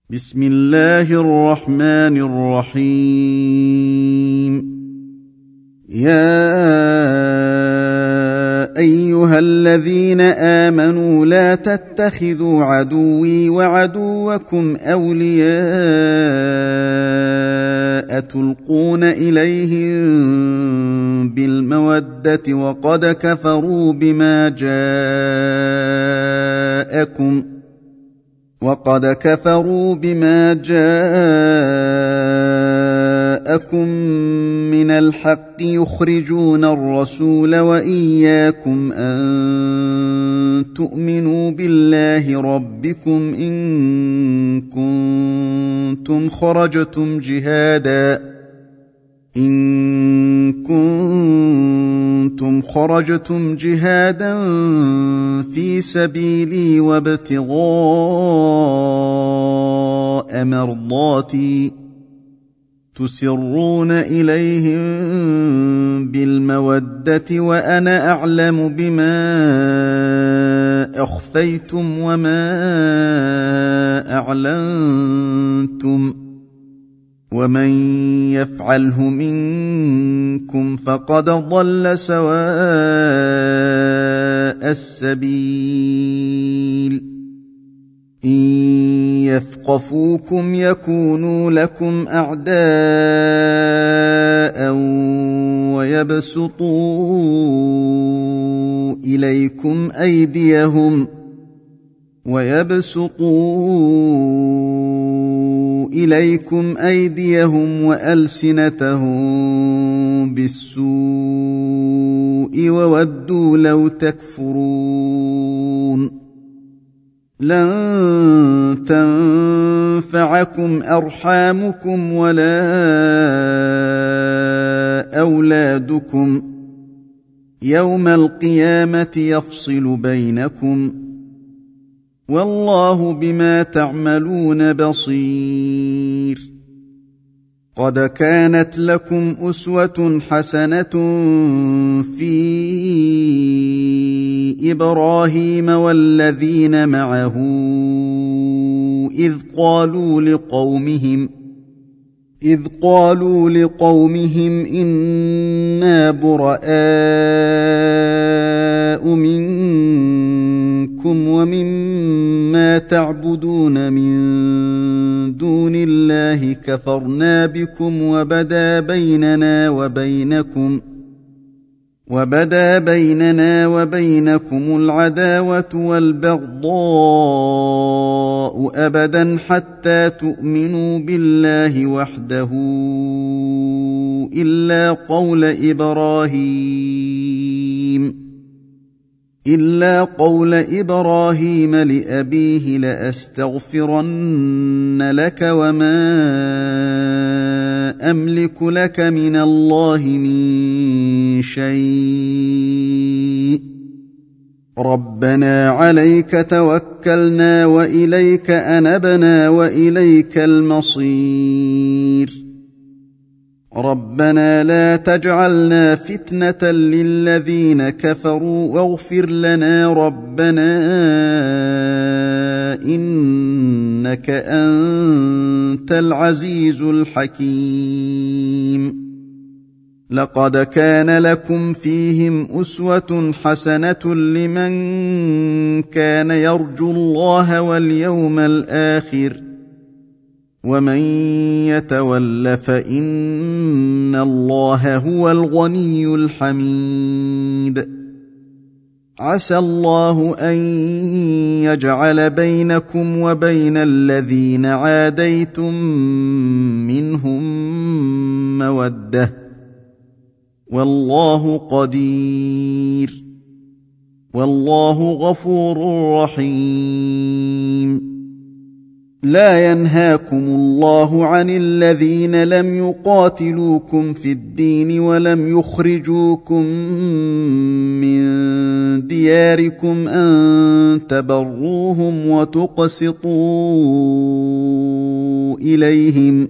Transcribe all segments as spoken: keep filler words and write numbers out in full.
بسم الله الرحمن الرحيم. يا أيها الذين آمنوا لا تتخذوا عدوي وعدوكم أولياء تلقون إليهم بالمودة وقد كفروا بما جاءكم وقد كفروا بما جاءكم من الحق يخرجون الرسول وإياكم أن تؤمنوا بالله ربكم إن كنتم خرجتم جهادا إن كنتم خرجتم جهادا في سبيلي وابتغاء مرضاتي تسرون إليهم بالمودة وأنا أعلم بما أخفيتم وما أعلنتم ومن يفعله منكم فقد ضل سواء السبيل. إن يثقفوكم يكونوا لكم أعداء ويبسطوا إليكم أيديهم ويبسطوا إليكم أيديهم وألسنتهم بالسوء وودوا لو تكفرون. لن تنفعكم أرحامكم ولا أولادكم يوم القيامة يفصل بينكم والله بما تعملون بصير. قد كانت لكم أسوة حسنة في إبراهيم والذين معه إذ قالوا لقومهم إذ قالوا لقومهم إنا براء منكم ومما تعبدون من دون الله كفرنا بكم وبدا بيننا وبينكم وبدا بيننا وبينكم العداوة والبغضاء أبدا حتى تؤمنوا بالله وحده إلا قول إبراهيم إلا قول إبراهيم لأبيه لأستغفرن لك وما أملك لك من الله من شيء ربنا عليك توكلنا وإليك أنبنا وإليك المصير. ربنا لا تجعلنا فتنة للذين كفروا واغفر لنا ربنا إنك أنت العزيز الحكيم. لقد كان لكم فيهم أسوة حسنة لمن كان يرجو الله واليوم الآخر ومن يتول فإن الله هو الغني الحميد. عسى الله أن يجعل بينكم وبين الذين عاديتم منهم مودة والله قدير والله غفور رحيم. لا ينهاكم الله عن الذين لم يقاتلوكم في الدين ولم يخرجوكم من دياركم أن تبروهم وتقسطوا إليهم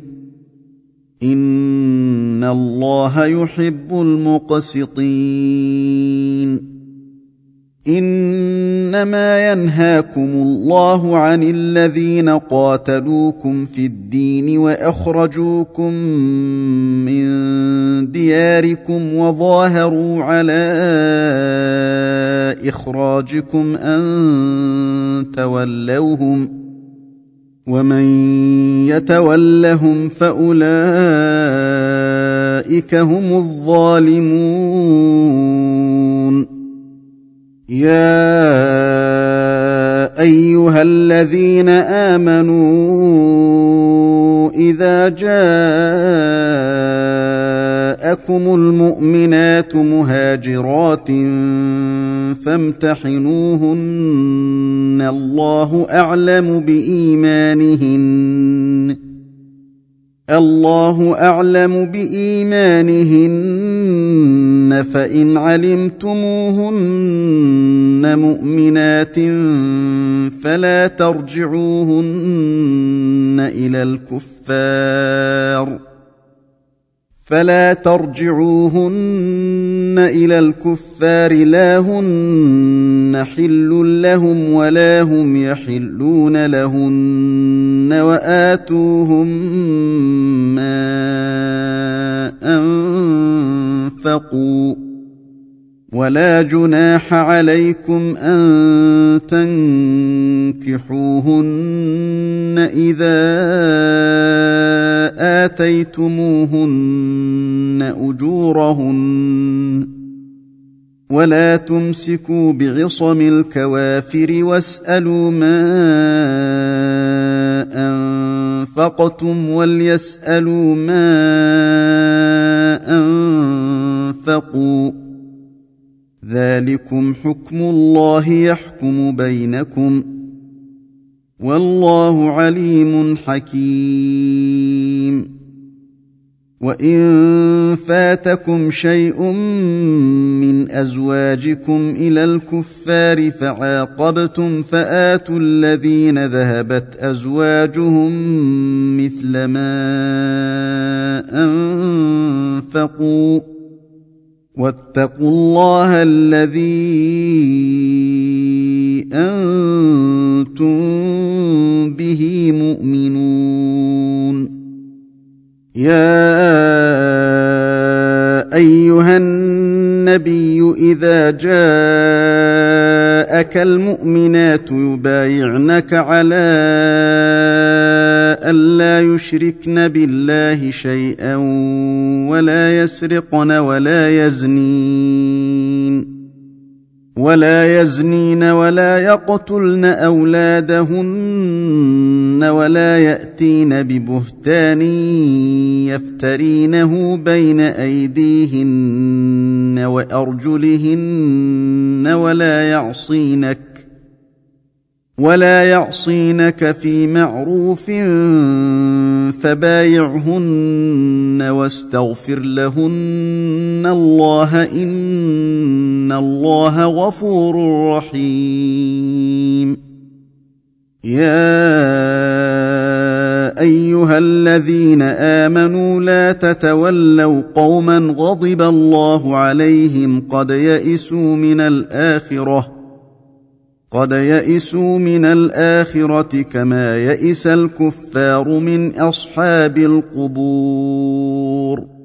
إن الله يحب المقسطين. انما ينهاكم الله عن الذين قاتلوكم في الدين واخرجوكم من دياركم وظاهروا على اخراجكم ان تولوهم ومن يتولهم فاولئك هم الظالمون. يا ايها الذين امنوا اذا جاءكم المؤمنات مهاجرات فامتحنوهن الله اعلم بايمانهن الله اعلم بايمانهن فان علمتموهن مؤمنات فلا ترجعوهن الى الكفار فلا ترجعوهن إلى الكفار لا هن حل لهم ولا هم يحلون لهن وآتوهم ما أنفقوا ولا جناح عليكم أن تنكحوهن إذا آتيتموهن أجورهن ولا تمسكوا بعصم الكوافر واسألوا ما أنفقتم وليسألوا ما أنفقوا ذلكم حكم الله يحكم بينكم والله عليم حكيم. وإن فاتكم شيء من أزواجكم إلى الكفار فعاقبتم فآتوا الذين ذهبت أزواجهم مثل ما أنفقوا واتقوا الله الذي أنتم به مؤمنون. يا أيها النبي إذا جاءك المؤمنات يبايعنك على ألا يشركن بالله شيئا ولا يسرقن ولا يزنين ولا يزنين ولا يقتلن أولادهن ولا يأتين ببهتان يفترينه بين أيديهن وأرجلهن ولا يعصينك ولا يعصينك في معروف فبايعهن واستغفر لهن الله إن الله غفور رحيم. يا أيها الذين آمنوا لا تتولوا قوما غضب الله عليهم قد يئسوا من الآخرة قد يئسوا من الآخرة كما يئس الكفار من أصحاب القبور.